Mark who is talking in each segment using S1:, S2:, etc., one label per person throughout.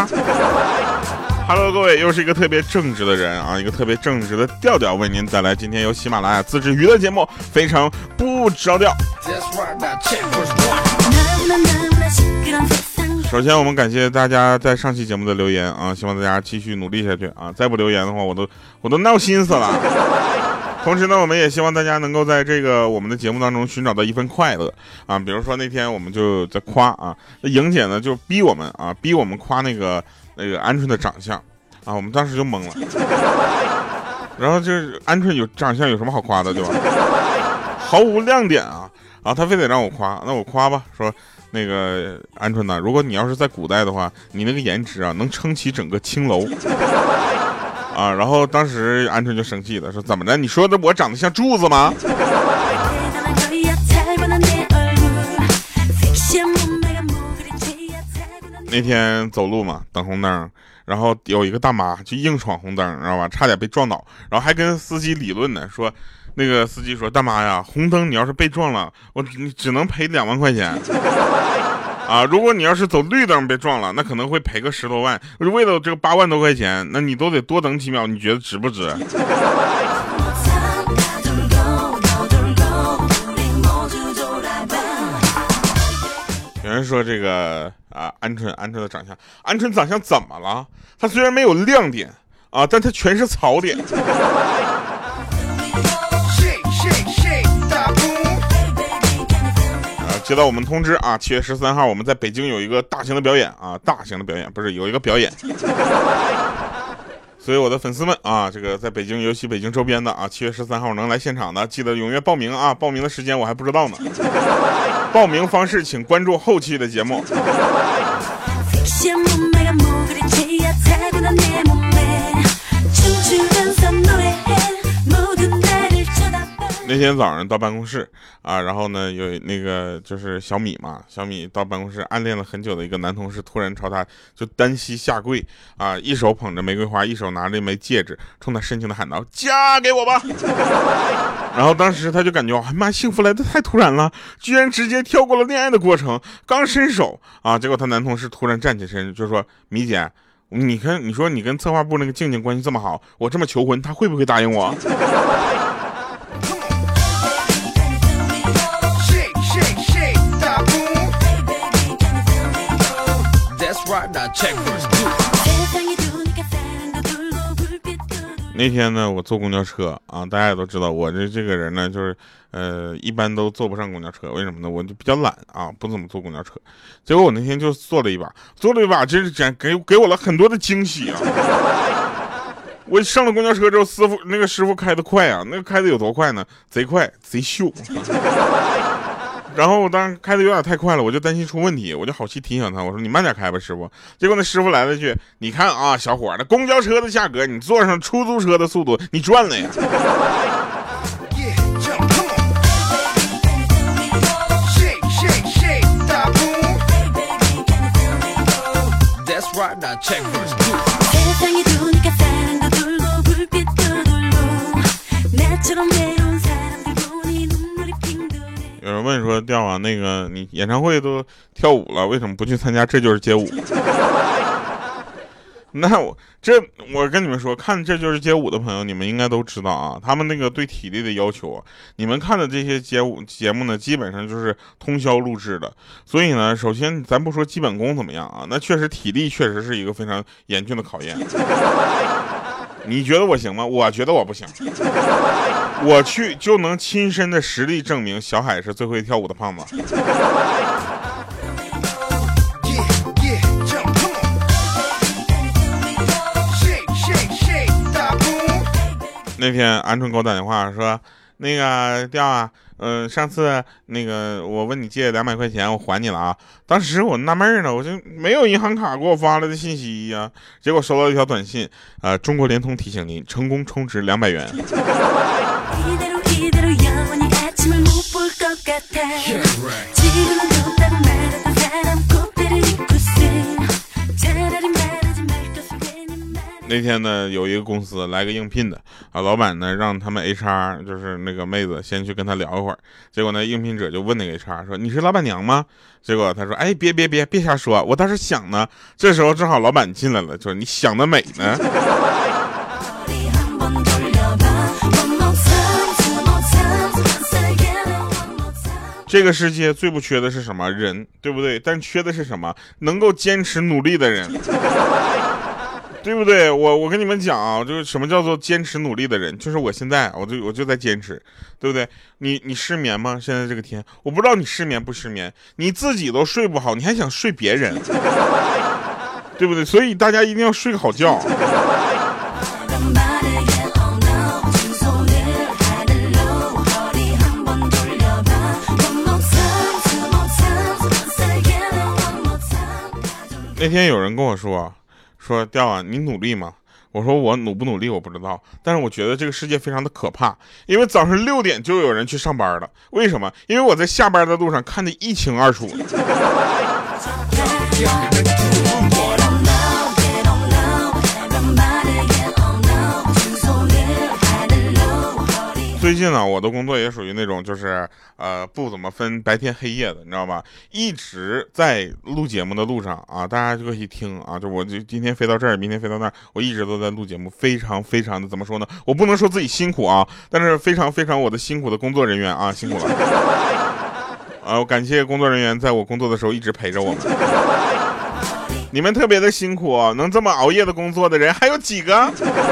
S1: Hello， 各位，又是一个特别正直的人啊，一个特别正直的调调为您带来今天由喜马拉雅自制娱乐节目《非常不着调》。首先，我们感谢大家在上期节目的留言啊，希望大家继续努力下去啊！再不留言的话，我都闹心死了。同时呢，我们也希望大家能够在这个我们的节目当中寻找到一份快乐啊。比如说那天我们就在夸啊，那莹姐呢就逼我们夸那个鹌鹑的长相啊，我们当时就懵了。然后就是鹌鹑有长相有什么好夸的，对吧？毫无亮点啊！然后他非得让我夸，那我夸吧，说那个鹌鹑呢，如果你要是在古代的话，你那个颜值啊能撑起整个青楼。啊，然后当时鹌鹑就生气了，说怎么着？你说的我长得像柱子吗？那天走路嘛，等红灯，然后有一个大妈就硬闯红灯，知道吧？差点被撞倒，然后还跟司机理论呢，说那个司机说大妈呀，红灯你要是被撞了，你只能赔2万块钱。啊，如果你要是走绿灯被撞了，那可能会赔个10多万。为了这个8万多块钱，那你都得多等几秒，你觉得值不值？有人说这个鹌鹑的长相，鹌鹑长相怎么了？它虽然没有亮点啊，但它全是槽点。接到我们通知啊，7月13号我们在北京有一个大型的表演啊，不是有一个表演。所以我的粉丝们啊，这个在北京，尤其北京周边的啊，7月13号能来现场的，记得踊跃报名啊！报名的时间我还不知道呢。报名方式请关注后期的节目。那天早上到办公室啊，然后呢有那个就是小米嘛，小米到办公室暗恋了很久的一个男同事突然朝他就单膝下跪啊，一手捧着玫瑰花，一手拿着一枚戒指，冲他深情的喊道：“嫁给我吧！”然后当时他就感觉哎妈，幸福来的太突然了，居然直接跳过了恋爱的过程，刚伸手啊，结果他男同事突然站起身就说：“米姐，你看你说你跟策划部那个静静关系这么好，我这么求婚，他会不会答应我？”那天呢，我坐公交车啊，大家也都知道，我这个人呢，就是一般都坐不上公交车，为什么呢？我就比较懒啊，不怎么坐公交车。结果我那天就坐了一把，真是给我了很多的惊喜啊！我上了公交车之后，师傅开得快啊，那个开的有多快呢？贼快，贼秀。然后我当时开的有点太快了，我就担心出问题，我就好气提醒他，我说你慢点开吧，师傅。结果那师傅来了一句：“你看啊，小伙，那公交车的价格，你坐上出租车的速度，你赚了呀。”有人问说：“调啊，那个你演唱会都跳舞了，为什么不去参加这就是街舞？”那我跟你们说，看这就是街舞的朋友，你们应该都知道啊，他们那个对体力的要求啊，你们看的这些街舞节目呢，基本上就是通宵录制的。所以呢，首先咱不说基本功怎么样啊，那确实体力确实是一个非常严峻的考验。你觉得我行吗？我觉得我不行。我去就能亲身的实力证明小海是最会跳舞的胖子。那天鹌鹑给我打电话说：“那个调啊，上次那个我问你借200块钱，我还你了啊。”当时我纳闷了，我就没有银行卡给我发来的信息呀，结果收到一条短信，中国联通提醒您成功充值200元。 那天呢，有一个公司来个应聘的啊，老板呢让他们 HR 就是那个妹子先去跟他聊一会儿，结果呢应聘者就问那个 HR 说：“你是老板娘吗？”结果他说：“哎，别瞎说，我倒是想呢。”这时候正好老板进来了，说：“你想得美呢。”这个世界最不缺的是什么？人，对不对？但缺的是什么？能够坚持努力的人。对不对？我跟你们讲啊，就是什么叫做坚持努力的人，就是我现在我就在坚持，对不对？你失眠吗？现在这个天，我不知道你失眠不失眠，你自己都睡不好，你还想睡别人，对不对？所以大家一定要睡个好觉。那天有人跟我说调啊，你努力吗？我说我努不努力我不知道，但是我觉得这个世界非常的可怕，因为早上6点就有人去上班了。为什么？因为我在下班的路上看得一清二楚。最近呢，我的工作也属于那种就是不怎么分白天黑夜的，你知道吧？一直在录节目的路上啊，大家就可以听啊，就我就今天飞到这儿，明天飞到那儿，我一直都在录节目，非常非常的怎么说呢？我不能说自己辛苦啊，但是非常非常我的辛苦的工作人员啊，辛苦了。我感谢工作人员在我工作的时候一直陪着我们。你们特别的辛苦，能这么熬夜的工作的人还有几个？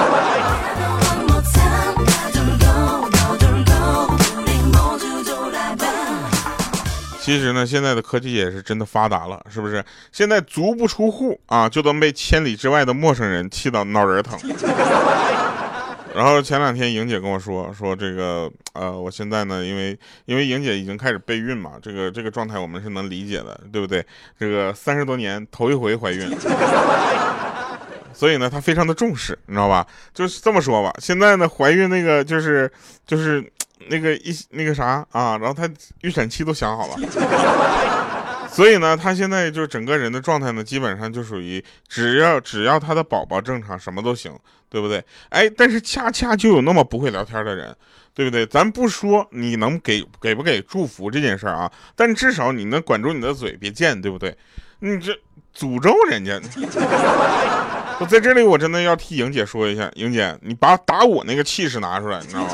S1: 其实呢，现在的科技也是真的发达了，是不是？现在足不出户啊，就能被千里之外的陌生人气到脑仁疼。然后前2天莹姐跟我说这个我现在呢，因为莹姐已经开始备孕嘛，这个状态我们是能理解的，对不对？这个30多年头一回怀孕。所以呢，她非常的重视，你知道吧？就是这么说吧，现在呢，怀孕那个就是那个啥啊，然后她预产期都想好了，所以呢，她现在就整个人的状态呢，基本上就属于只要她的宝宝正常，什么都行，对不对？哎，但是恰恰就有那么不会聊天的人，对不对？咱不说你能给不给祝福这件事啊，但至少你能管住你的嘴，别贱，对不对？你这诅咒人家。我在这里，我真的要替莹姐说一下，莹姐，你把打我那个气势拿出来，你知道吗？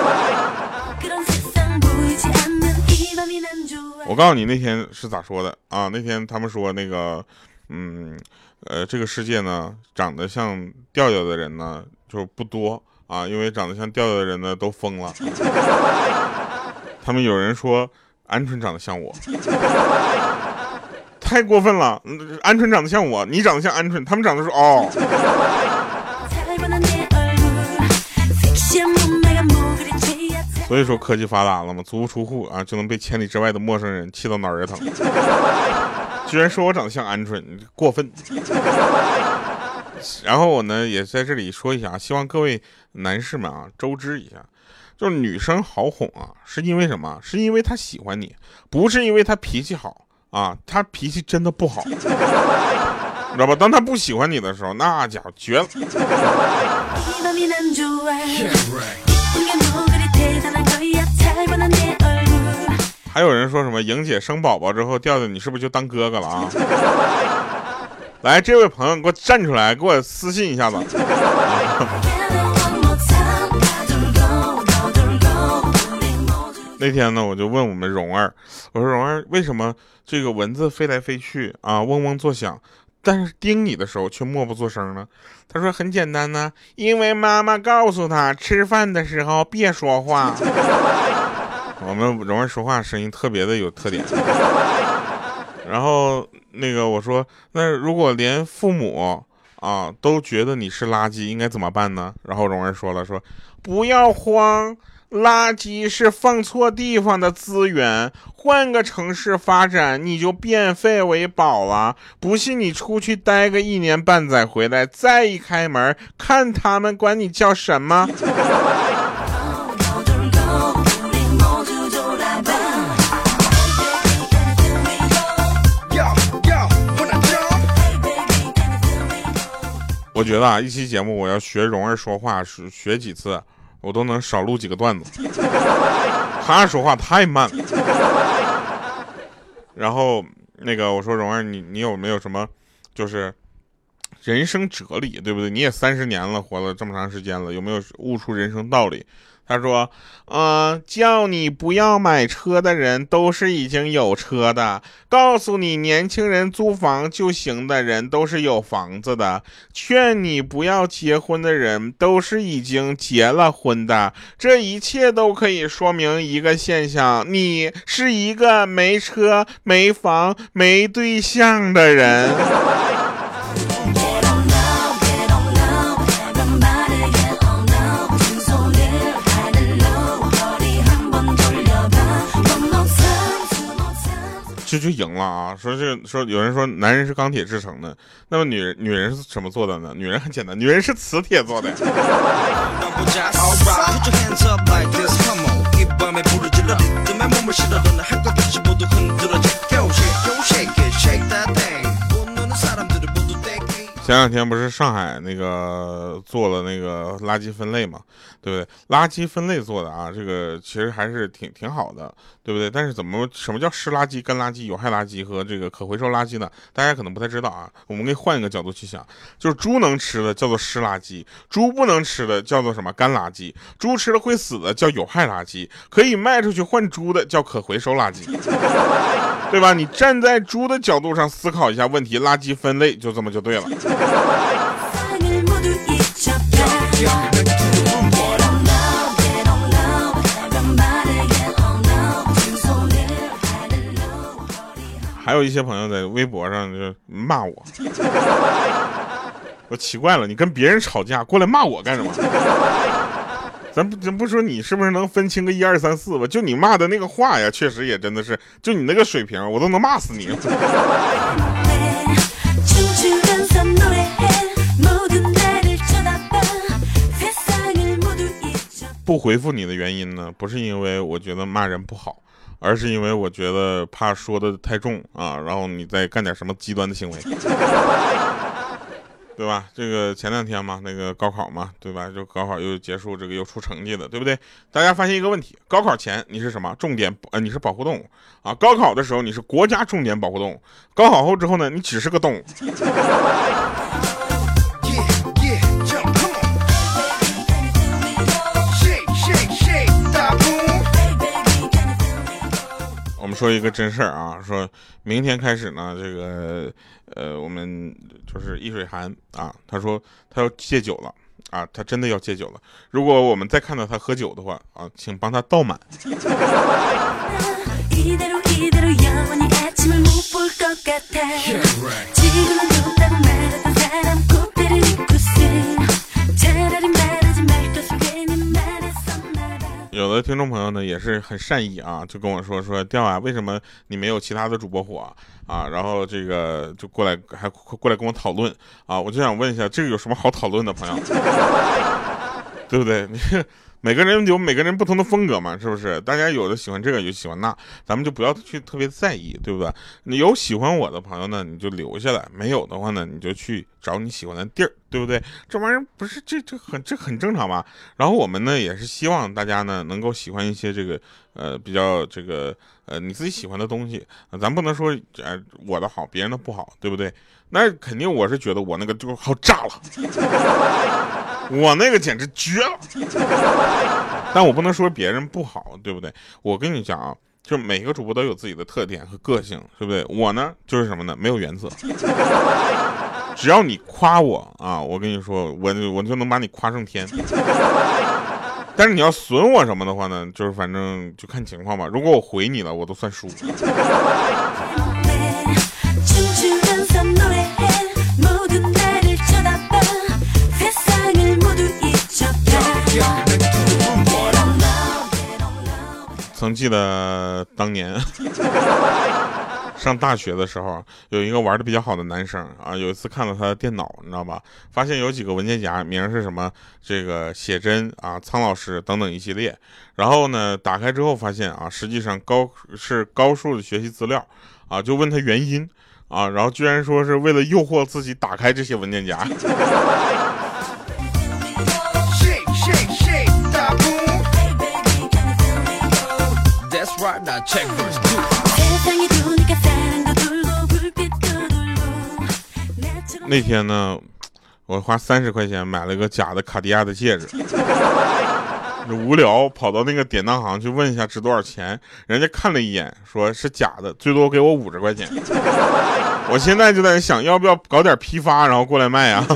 S1: 我告诉你那天是咋说的啊？那天他们说那个，这个世界呢，长得像调调的人呢就不多啊，因为长得像调调的人呢都疯了。他们有人说鹌鹑长得像我。太过分了，鹌鹑长得像我，你长得像鹌鹑，他们长得说哦。所以说科技发达了嘛，足不出户啊就能被千里之外的陌生人气到脑仁疼。居然说我长得像鹌鹑，过分。然后我呢也在这里说一下，希望各位男士们啊周知一下，就是女生好哄啊，是因为什么？是因为她喜欢你，不是因为她脾气好。啊，他脾气真的不好，你知道吧？当他不喜欢你的时候，那家伙绝了。还有人说什么莹姐生宝宝之后调调你是不是就当哥哥了啊？来，这位朋友，你给我站出来，给我私信一下子。那天呢，我就问我们蓉儿，我说蓉儿，为什么这个蚊子飞来飞去啊，嗡嗡作响，但是叮你的时候却默不作声呢？他说很简单呢，因为妈妈告诉他吃饭的时候别说话。我们蓉儿说话声音特别的有特点。然后那个我说，那如果连父母啊都觉得你是垃圾，应该怎么办呢？然后蓉儿说了，说不要慌。垃圾是放错地方的资源，换个城市发展你就变废为宝了。不信你出去待个1年半载回来，再一开门看他们管你叫什么。 我觉得啊，一期节目我要学蓉儿说话，学几次，我都能少录几个段子。他说话太慢了。然后那个我说蓉儿，你有没有什么就是人生哲理，对不对？你也30年了，活了这么长时间了，有没有悟出人生道理？他说，叫你不要买车的人都是已经有车的，告诉你年轻人租房就行的人都是有房子的，劝你不要结婚的人都是已经结了婚的，这一切都可以说明一个现象，你是一个没车、没房、没对象的人。就赢了啊！说有人说男人是钢铁制成的，那么女人是什么做的呢？女人很简单，女人是磁铁做的。前两天不是上海那个做了那个垃圾分类嘛，对不对？垃圾分类做的啊，这个其实还是挺好的，对不对？但是什么叫湿垃圾、干垃圾、有害垃圾和这个可回收垃圾呢？大家可能不太知道啊。我们可以换一个角度去想，就是猪能吃的叫做湿垃圾，猪不能吃的叫做什么干垃圾，猪吃了会死的叫有害垃圾，可以卖出去换猪的叫可回收垃圾。对吧？你站在猪的角度上思考一下问题，垃圾分类就这么就对了。还有一些朋友在微博上就骂我，我奇怪了，你跟别人吵架过来骂我干什么？咱不说你是不是能分清个1、2、3、4吧？就你骂的那个话呀，确实也真的是，就你那个水平，我都能骂死你。不回复你的原因呢，不是因为我觉得骂人不好，而是因为我觉得怕说的太重啊，然后你再干点什么极端的行为。对吧？这个前2天嘛，那个高考嘛，对吧？就高考又结束，这个又出成绩的，对不对？大家发现一个问题：高考前你是什么重点？你是保护动物啊。高考的时候你是国家重点保护动物，高考后之后呢，你只是个动物。我们说一个真事儿啊，说明天开始呢，这个我们就是易水寒啊，他说他要戒酒了啊，他真的要戒酒了。如果我们再看到他喝酒的话啊，请帮他倒满。有的听众朋友呢也是很善意啊，就跟我说调啊，为什么你没有其他的主播火啊？然后这个就过来跟我讨论啊，我就想问一下，这个有什么好讨论的，朋友？对不对？每个人有每个人不同的风格嘛，是不是？大家有的喜欢这个，有喜欢那，咱们就不要去特别在意，对不对？你有喜欢我的朋友呢，你就留下来；没有的话呢，你就去找你喜欢的地儿，对不对？这玩意儿不是这很正常嘛。然后我们呢也是希望大家呢能够喜欢一些这个比较这个你自己喜欢的东西，咱不能说我的好，别人的不好，对不对？那肯定我是觉得我那个就好炸了。我那个简直绝了，但我不能说别人不好，对不对？我跟你讲啊，就每个主播都有自己的特点和个性，对不对？我呢就是什么呢？没有原则，只要你夸我啊，我跟你说，我就能把你夸上天。但是你要损我什么的话呢，就是反正就看情况吧。如果我回你了，我都算输。曾记得当年上大学的时候，有一个玩的比较好的男生啊，有一次看了他的电脑，你知道吧？发现有几个文件夹，名是什么这个写真啊、苍老师等等一系列。然后呢，打开之后发现啊，实际上是高数的学习资料啊，就问他原因啊，然后居然说是为了诱惑自己打开这些文件夹。那天呢，我花30块钱买了个假的卡地亚的戒指，无聊跑到那个典当行去问一下值多少钱，人家看了一眼说是假的，最多给我50块钱。我现在就在想要不要搞点批发然后过来卖啊。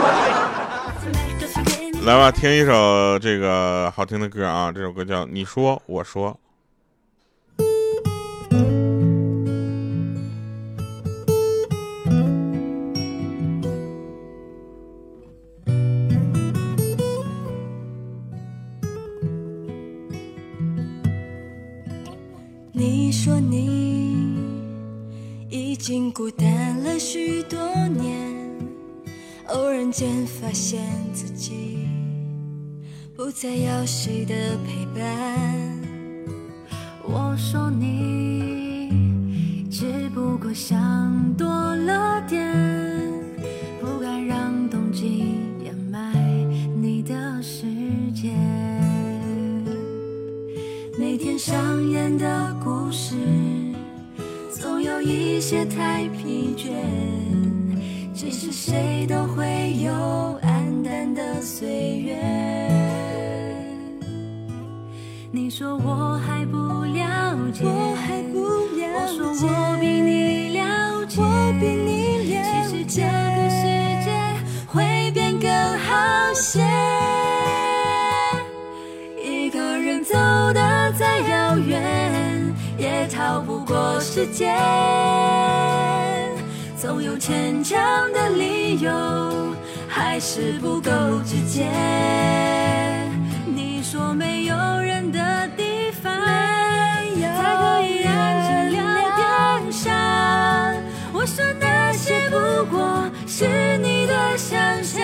S1: 来吧，听一首这个好听的歌啊，这首歌叫你说我说。
S2: 你说你已经孤单了许多年，偶然间发现自己不再要谁的陪伴。我说你只不过想多了点，不敢让冬季掩埋你的世界。每天上演的故事，总有一些太疲倦，其实谁都会有黯淡的岁月。你说我还不了解，我说我比你了解，其实这个世界会变更好些。一个人走得再遥远，也逃不过时间，总有牵强的理由，还是不够直接。你说没有人的地方才可以安静聊天上，我说那些不过是你的想象。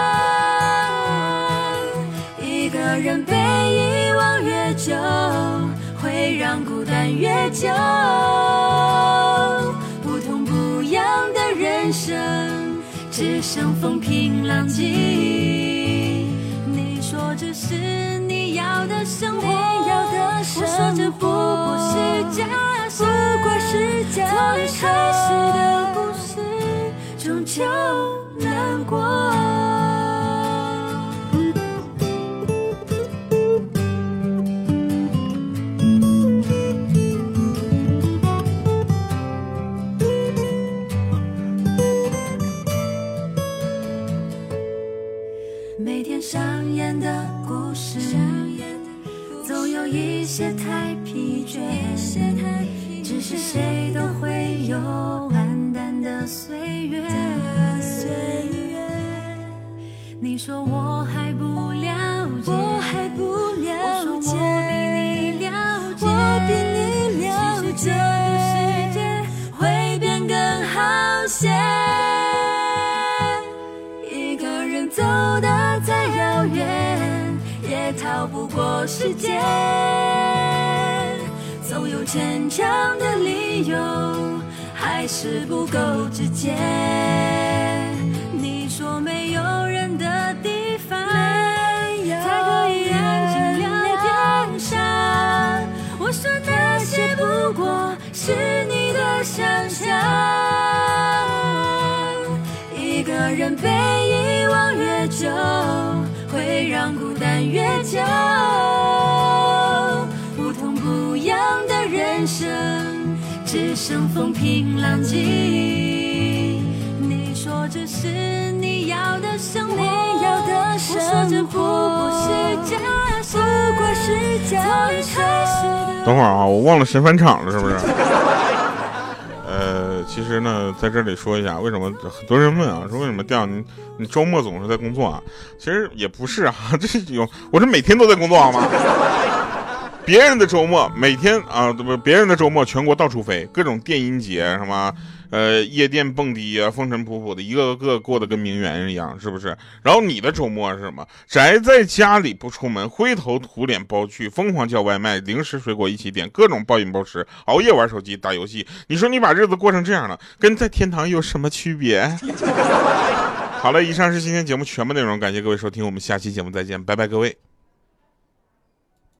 S2: 一个人被遗忘越久，会让孤单越久，不痛不痒的人生只剩风平浪静。你说这是你要的生活，我说这不过是假设，从一开始的故事终究难过。每天上演的故事，总有一些太疲倦，只是谁都会有黯淡的岁月。你说我还不了解，我说我比你了解，其实这个世界会变更好些。一个人走得再遥远，也逃不过时间，总有牵强的理由，还是不够直接。你说没有人的地方才可以安静聊天上，我说那些不过是你的想象。一个人被遗忘越久，会让孤单越久，不痛不痒的人生只剩风平浪静。你说这是你要的生活，我说这不过是假设，从一开始的。
S1: 等会儿啊，我忘了神返场了，是不是？其实呢，在这里说一下，为什么很多人问啊，说为什么调你周末总是在工作啊？其实也不是啊，这是我是每天都在工作好吗？别人的周末每天啊，别人的周末全国到处飞，各种电音节什么， 夜店蹦迪啊，风尘仆仆的，一个个过得跟名媛一样，是不是？然后你的周末是什么？宅在家里不出门，灰头土脸包去，疯狂叫外卖，零食水果一起点，各种暴饮暴食，熬夜玩手机打游戏。你说你把日子过成这样了，跟在天堂有什么区别？好了，以上是今天节目全部内容，感谢各位收听，我们下期节目再见，拜拜各位。